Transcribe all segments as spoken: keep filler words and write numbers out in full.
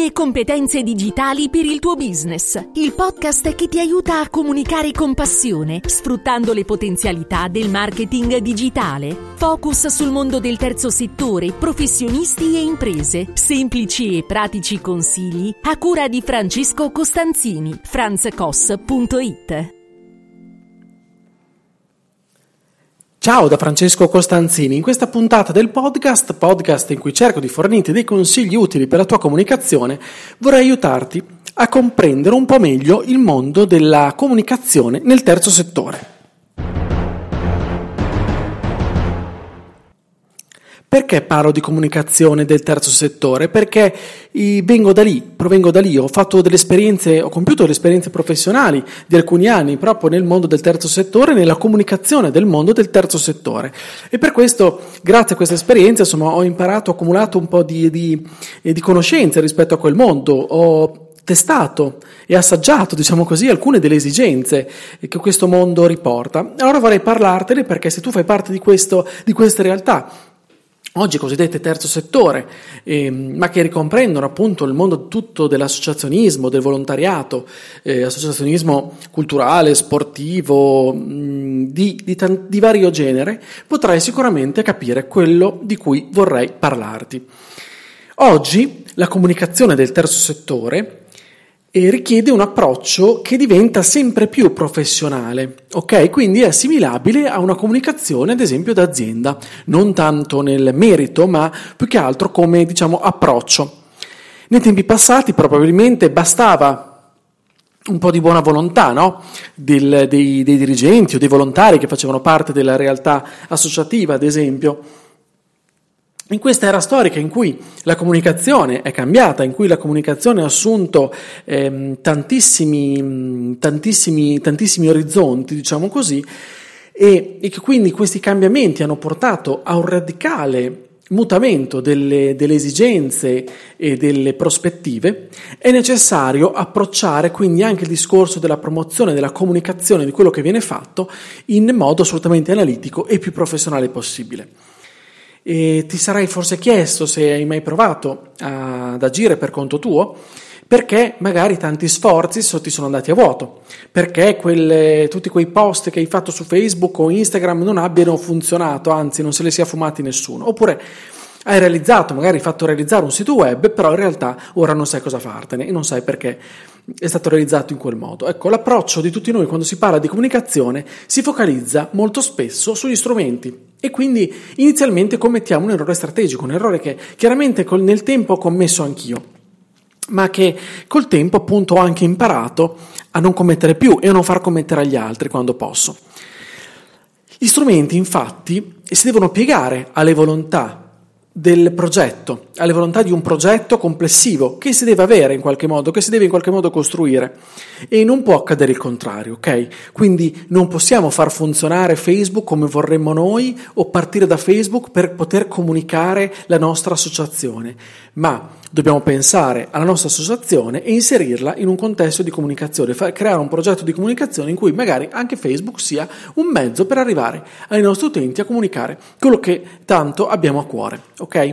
e competenze digitali per il tuo business. Il podcast che ti aiuta a comunicare con passione, sfruttando le potenzialità del marketing digitale. Focus sul mondo del terzo settore, professionisti e imprese. Semplici e pratici consigli a cura di Francesco Costanzini. franz cos punto it. Ciao da Francesco Costanzini. In questa puntata del podcast, podcast in cui cerco di fornirti dei consigli utili per la tua comunicazione, vorrei aiutarti a comprendere un po' meglio il mondo della comunicazione nel terzo settore. Perché parlo di comunicazione del terzo settore? Perché vengo da lì, provengo da lì, ho fatto delle esperienze, ho compiuto delle esperienze professionali di alcuni anni proprio nel mondo del terzo settore, nella comunicazione del mondo del terzo settore. E per questo, grazie a questa esperienza, insomma, ho imparato, ho accumulato un po' di, di, di conoscenze rispetto a quel mondo, ho testato e assaggiato, diciamo così, alcune delle esigenze che questo mondo riporta. Allora vorrei parlartene perché se tu fai parte di questo, di queste realtà, oggi cosiddette terzo settore, eh, ma che ricomprendono appunto il mondo tutto dell'associazionismo, del volontariato, eh, associazionismo culturale, sportivo, mh, di, di, t- di vario genere, potrai sicuramente capire quello di cui vorrei parlarti. Oggi la comunicazione del terzo settore e richiede un approccio che diventa sempre più professionale, ok? Quindi è assimilabile a una comunicazione, ad esempio, d'azienda, non tanto nel merito, ma più che altro come, diciamo, approccio. Nei tempi passati probabilmente bastava un po' di buona volontà, no? Del, dei, dei dirigenti o dei volontari che facevano parte della realtà associativa, ad esempio. In questa era storica in cui la comunicazione è cambiata, in cui la comunicazione ha assunto ehm, tantissimi, tantissimi, tantissimi orizzonti, diciamo così, e, e che quindi questi cambiamenti hanno portato a un radicale mutamento delle, delle esigenze e delle prospettive, è necessario approcciare quindi anche il discorso della promozione, della comunicazione di quello che viene fatto in modo assolutamente analitico e più professionale possibile. E ti sarai forse chiesto se hai mai provato ad agire per conto tuo, perché magari tanti sforzi ti sono andati a vuoto, perché quelle, tutti quei post che hai fatto su Facebook o Instagram non abbiano funzionato, anzi non se li sia fumati nessuno, oppure hai realizzato, magari hai fatto realizzare un sito web, però in realtà ora non sai cosa fartene e non sai perché è stato realizzato in quel modo. Ecco, l'approccio di tutti noi quando si parla di comunicazione si focalizza molto spesso sugli strumenti e quindi inizialmente commettiamo un errore strategico, un errore che chiaramente col, nel tempo ho commesso anch'io, ma che col tempo appunto ho anche imparato a non commettere più e a non far commettere agli altri quando posso. Gli strumenti infatti si devono piegare alle volontà del progetto, alle volontà di un progetto complessivo che si deve avere in qualche modo, che si deve in qualche modo costruire, e non può accadere il contrario, ok? Quindi non possiamo far funzionare Facebook come vorremmo noi o partire da Facebook per poter comunicare la nostra associazione, ma dobbiamo pensare alla nostra associazione e inserirla in un contesto di comunicazione, far, creare un progetto di comunicazione in cui magari anche Facebook sia un mezzo per arrivare ai nostri utenti a comunicare quello che tanto abbiamo a cuore, ok?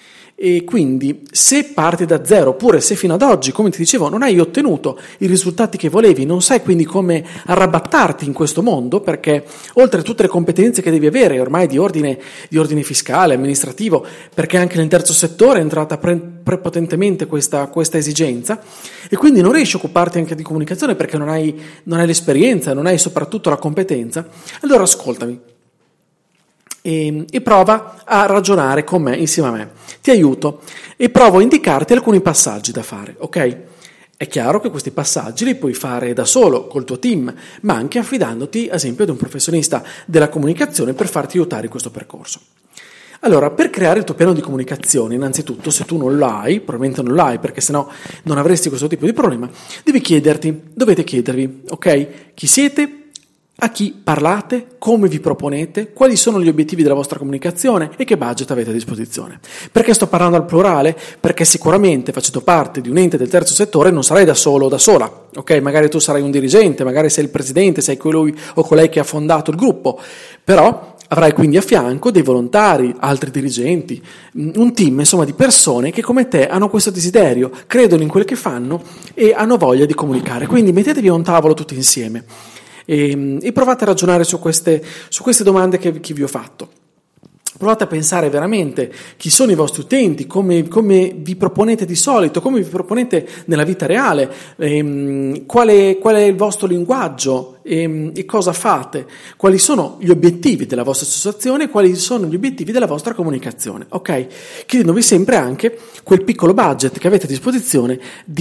E quindi se parti da zero, oppure se fino ad oggi, come ti dicevo, non hai ottenuto i risultati che volevi, non sai quindi come arrabattarti in questo mondo, perché oltre a tutte le competenze che devi avere ormai di ordine, di ordine fiscale, amministrativo, perché anche nel terzo settore è entrata pre- prepotentemente questa, questa esigenza, e quindi non riesci a occuparti anche di comunicazione perché non hai, non hai l'esperienza, non hai soprattutto la competenza, allora ascoltami. E, e prova a ragionare con me, insieme a me. Ti aiuto e provo a indicarti alcuni passaggi da fare, ok? È chiaro che questi passaggi li puoi fare da solo, col tuo team, ma anche affidandoti, ad esempio, ad un professionista della comunicazione per farti aiutare in questo percorso. Allora, per creare il tuo piano di comunicazione, innanzitutto, se tu non l'hai, probabilmente non l'hai perché sennò non avresti questo tipo di problema, devi chiederti, dovete chiedervi, ok? Chi siete? A chi parlate, come vi proponete, quali sono gli obiettivi della vostra comunicazione e che budget avete a disposizione. Perché sto parlando al plurale? Perché sicuramente, facendo parte di un ente del terzo settore, non sarai da solo o da sola, ok? Magari tu sarai un dirigente, magari sei il presidente, sei colui o colei che ha fondato il gruppo, però Avrai quindi a fianco dei volontari, altri dirigenti, un team insomma di persone che come te hanno questo desiderio, credono in quel che fanno e hanno voglia di comunicare. Quindi mettetevi a un tavolo tutti insieme e, e provate a ragionare su queste, su queste domande che, che vi ho fatto. Provate a pensare veramente chi sono i vostri utenti, come, come vi proponete di solito, come vi proponete nella vita reale, ehm, qual, è, qual è il vostro linguaggio ehm, e cosa fate, quali sono gli obiettivi della vostra associazione, quali sono gli obiettivi della vostra comunicazione, ok? Chiedendovi sempre anche quel piccolo budget che avete a disposizione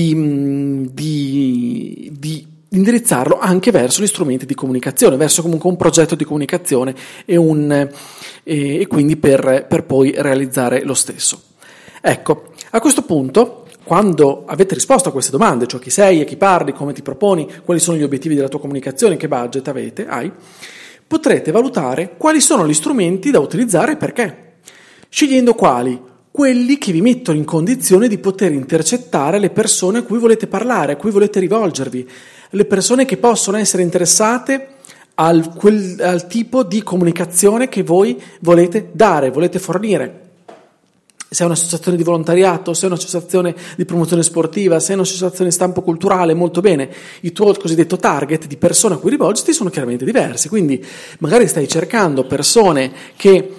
di, di, di indirizzarlo anche verso gli strumenti di comunicazione, verso comunque un progetto di comunicazione e, un, e, e quindi per, per poi realizzare lo stesso. Ecco, a questo punto, quando avete risposto a queste domande, cioè chi sei, a chi parli, come ti proponi, quali sono gli obiettivi della tua comunicazione, che budget avete, hai, potrete valutare quali sono gli strumenti da utilizzare e perché, scegliendo quali. Quelli che vi mettono in condizione di poter intercettare le persone a cui volete parlare, a cui volete rivolgervi, le persone che possono essere interessate al, quel, al tipo di comunicazione che voi volete dare, volete fornire. Se è un'associazione di volontariato, se è un'associazione di promozione sportiva, se è un'associazione di stampo culturale, molto bene, il tuo cosiddetto target di persone a cui rivolgerti sono chiaramente diversi, quindi magari stai cercando persone che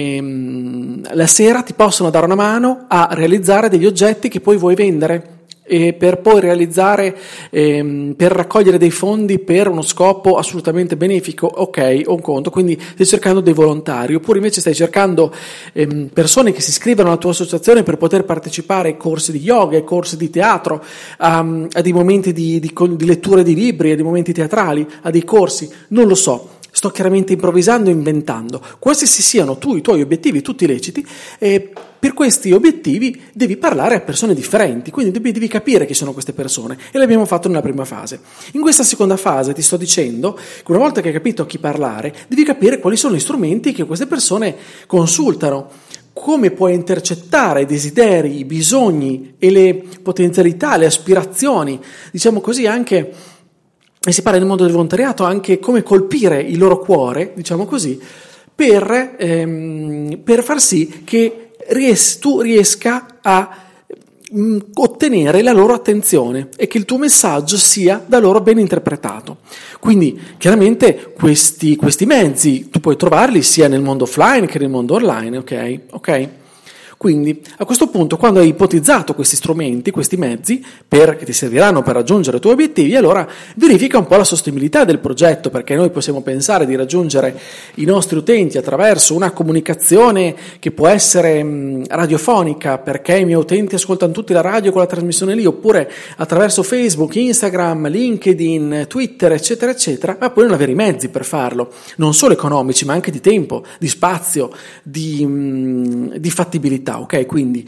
ehm, la sera ti possono dare una mano a realizzare degli oggetti che poi vuoi vendere, e per poi realizzare, ehm, per raccogliere dei fondi per uno scopo assolutamente benefico, ok, ho un conto, quindi stai cercando dei volontari, oppure invece stai cercando ehm, persone che si iscrivono alla tua associazione per poter partecipare ai corsi di yoga, ai corsi di teatro, a, a dei momenti di, di, di lettura di libri, a dei momenti teatrali, a dei corsi, non lo so. Sto chiaramente improvvisando e inventando. Qualsiasi siano tu i tuoi obiettivi, tutti leciti, e per questi obiettivi devi parlare a persone differenti, quindi devi, devi capire chi sono queste persone, e l'abbiamo fatto nella prima fase. In questa seconda fase ti sto dicendo che una volta che hai capito a chi parlare, devi capire quali sono gli strumenti che queste persone consultano, come puoi intercettare i desideri, i bisogni e le potenzialità, le aspirazioni, diciamo così anche. E si parla nel mondo del volontariato anche come colpire il loro cuore, diciamo così, per, ehm, per far sì che ries- tu riesca a mh, ottenere la loro attenzione e che il tuo messaggio sia da loro ben interpretato. Quindi chiaramente questi, questi mezzi tu puoi trovarli sia nel mondo offline che nel mondo online, ok? Ok? Quindi a questo punto, quando hai ipotizzato questi strumenti, questi mezzi per, che ti serviranno per raggiungere i tuoi obiettivi, allora verifica un po' la sostenibilità del progetto, perché noi possiamo pensare di raggiungere i nostri utenti attraverso una comunicazione che può essere mh, radiofonica, perché i miei utenti ascoltano tutti la radio con la trasmissione lì, oppure attraverso Facebook, Instagram, LinkedIn, Twitter, eccetera, eccetera, ma poi non avere i mezzi per farlo, non solo economici, ma anche di tempo, di spazio, di, mh, di fattibilità. Ok, quindi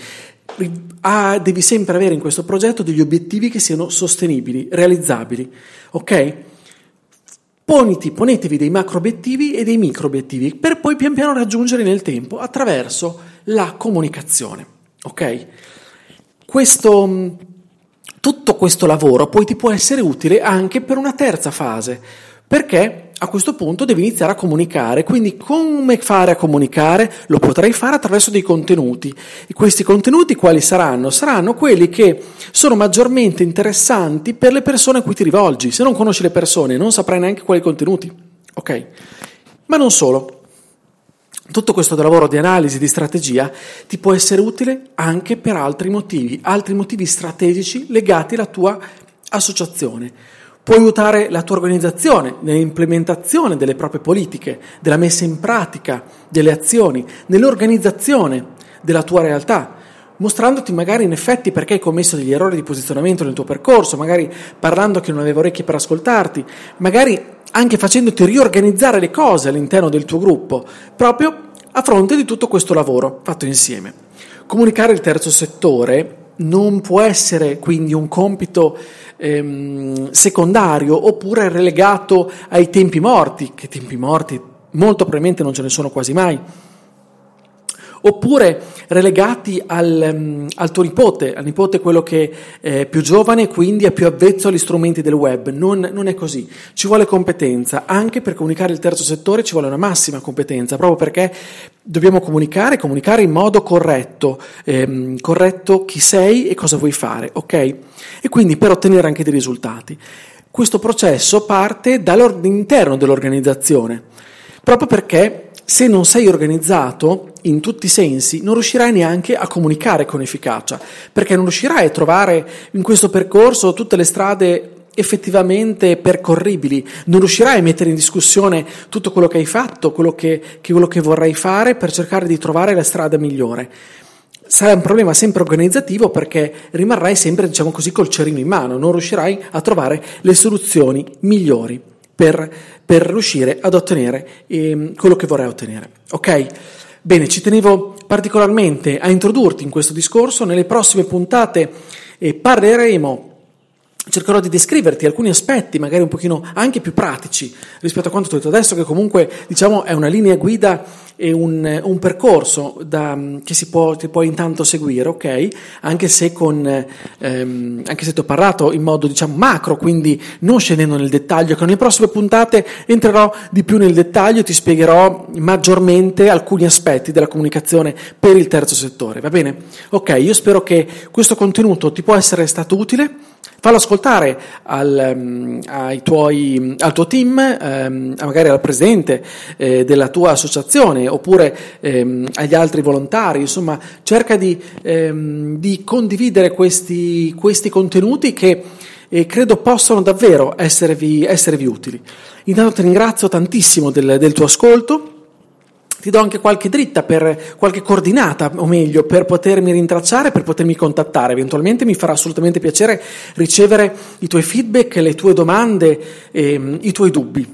ah, devi sempre avere in questo progetto degli obiettivi che siano sostenibili, realizzabili, ok? Poniti, ponetevi dei macro obiettivi e dei micro obiettivi per poi pian piano raggiungere nel tempo attraverso la comunicazione, ok? Questo, tutto questo lavoro poi ti può essere utile anche per una terza fase, perché a questo punto devi iniziare a comunicare. Quindi come fare a comunicare? Lo potrai fare attraverso dei contenuti. E questi contenuti quali saranno? Saranno quelli che sono maggiormente interessanti per le persone a cui ti rivolgi. Se non conosci le persone non saprai neanche quali contenuti, ok? Ma non solo. Tutto questo lavoro di analisi, di strategia ti può essere utile anche per altri motivi, altri motivi strategici legati alla tua associazione. Può aiutare la tua organizzazione nell'implementazione delle proprie politiche, della messa in pratica delle azioni, nell'organizzazione della tua realtà, mostrandoti magari in effetti perché hai commesso degli errori di posizionamento nel tuo percorso, magari parlando che non avevi orecchie per ascoltarti, magari anche facendoti riorganizzare le cose all'interno del tuo gruppo, proprio a fronte di tutto questo lavoro fatto insieme. Comunicare il terzo settore non può essere quindi un compito ehm, secondario oppure relegato ai tempi morti, che tempi morti molto probabilmente non ce ne sono quasi mai, oppure relegati al, al tuo nipote, al nipote quello che è più giovane, quindi è più avvezzo agli strumenti del web. Non, non è così, ci vuole competenza, anche per comunicare il terzo settore ci vuole una massima competenza, proprio perché dobbiamo comunicare, comunicare in modo corretto, ehm, corretto chi sei e cosa vuoi fare, ok? E quindi per ottenere anche dei risultati. Questo processo parte dall'interno dell'organizzazione, proprio perché se non sei organizzato in tutti i sensi non riuscirai neanche a comunicare con efficacia, perché non riuscirai a trovare in questo percorso tutte le strade effettivamente percorribili, non riuscirai a mettere in discussione tutto quello che hai fatto, quello che, che quello che vorrai fare per cercare di trovare la strada migliore. Sarà un problema sempre organizzativo, perché rimarrai sempre, diciamo così, col cerino in mano, non riuscirai a trovare le soluzioni migliori per, per riuscire ad ottenere eh, quello che vorrai ottenere. Ok? Bene, ci tenevo particolarmente a introdurti in questo discorso. Nelle prossime puntate eh, parleremo cercherò di descriverti alcuni aspetti magari un pochino anche più pratici rispetto a quanto ti ho detto adesso, che comunque diciamo è una linea guida e un, un percorso da, che si può, ti puoi intanto seguire, ok? Anche se con ehm, anche se ti ho parlato in modo diciamo macro, quindi non scendendo nel dettaglio, che nelle prossime puntate entrerò di più nel dettaglio e ti spiegherò maggiormente alcuni aspetti della comunicazione per il terzo settore, va bene? Ok, io spero che questo contenuto ti può essere stato utile. Fallo ascoltare al, um, ai tuoi, al tuo team, um, magari al presidente eh, della tua associazione, oppure ehm, agli altri volontari. Insomma, cerca di, ehm, di condividere questi, questi contenuti che eh, credo possano davvero esservi, esservi utili. Intanto ti ringrazio tantissimo del, del tuo ascolto. Ti do anche qualche dritta, per qualche coordinata, o meglio, per potermi rintracciare, per potermi contattare. Eventualmente mi farà assolutamente piacere ricevere i tuoi feedback, le tue domande, e, i tuoi dubbi,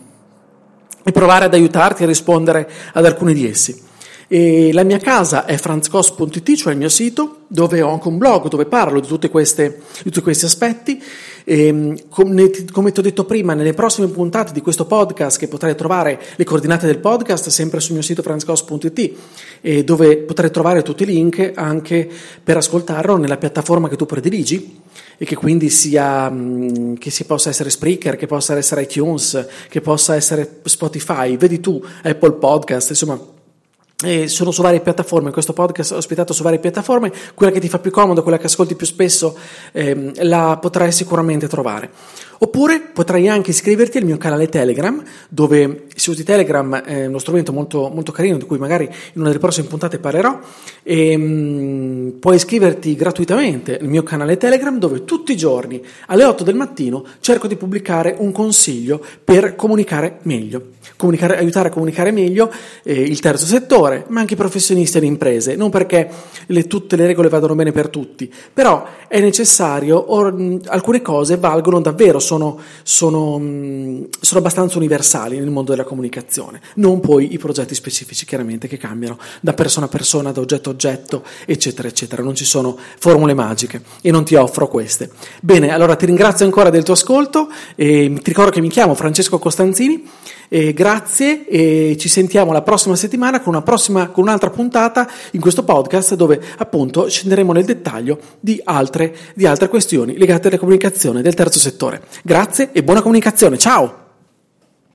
e provare ad aiutarti a rispondere ad alcuni di essi. E la mia casa è franz cos punto it, cioè il mio sito, dove ho anche un blog dove parlo di tutte queste, di tutti questi aspetti. E, come, come ti ho detto prima, nelle prossime puntate di questo podcast, che potrai trovare le coordinate del podcast sempre sul mio sito franz cos punto it, e dove potrai trovare tutti i link anche per ascoltarlo nella piattaforma che tu prediligi, e che quindi sia che si possa essere Spreaker, che possa essere iTunes, che possa essere Spotify, vedi tu, Apple Podcast, insomma. E sono su varie piattaforme, questo podcast è ospitato su varie piattaforme, quella che ti fa più comodo, quella che ascolti più spesso, ehm, la potrai sicuramente trovare. Oppure potrai anche iscriverti al mio canale Telegram, dove, se usi Telegram, è uno strumento molto, molto carino, di cui magari in una delle prossime puntate parlerò, e um, puoi iscriverti gratuitamente al mio canale Telegram, dove tutti i giorni alle otto del mattino cerco di pubblicare un consiglio per comunicare meglio, comunicare, aiutare a comunicare meglio eh, il terzo settore, ma anche i professionisti e le imprese, non perché le, tutte le regole vadano bene per tutti, però è necessario, or, alcune cose valgono davvero, sono, sono, sono abbastanza universali nel mondo della comunicazione, non poi i progetti specifici chiaramente che cambiano da persona a persona, da oggetto a oggetto, eccetera eccetera, non ci sono formule magiche e non ti offro queste. Bene, allora ti ringrazio ancora del tuo ascolto e ti ricordo che mi chiamo Francesco Costanzini. E grazie, e ci sentiamo la prossima settimana con una prossima, con un'altra puntata in questo podcast, dove appunto scenderemo nel dettaglio di altre, di altre questioni legate alla comunicazione del terzo settore. Grazie e buona comunicazione, ciao!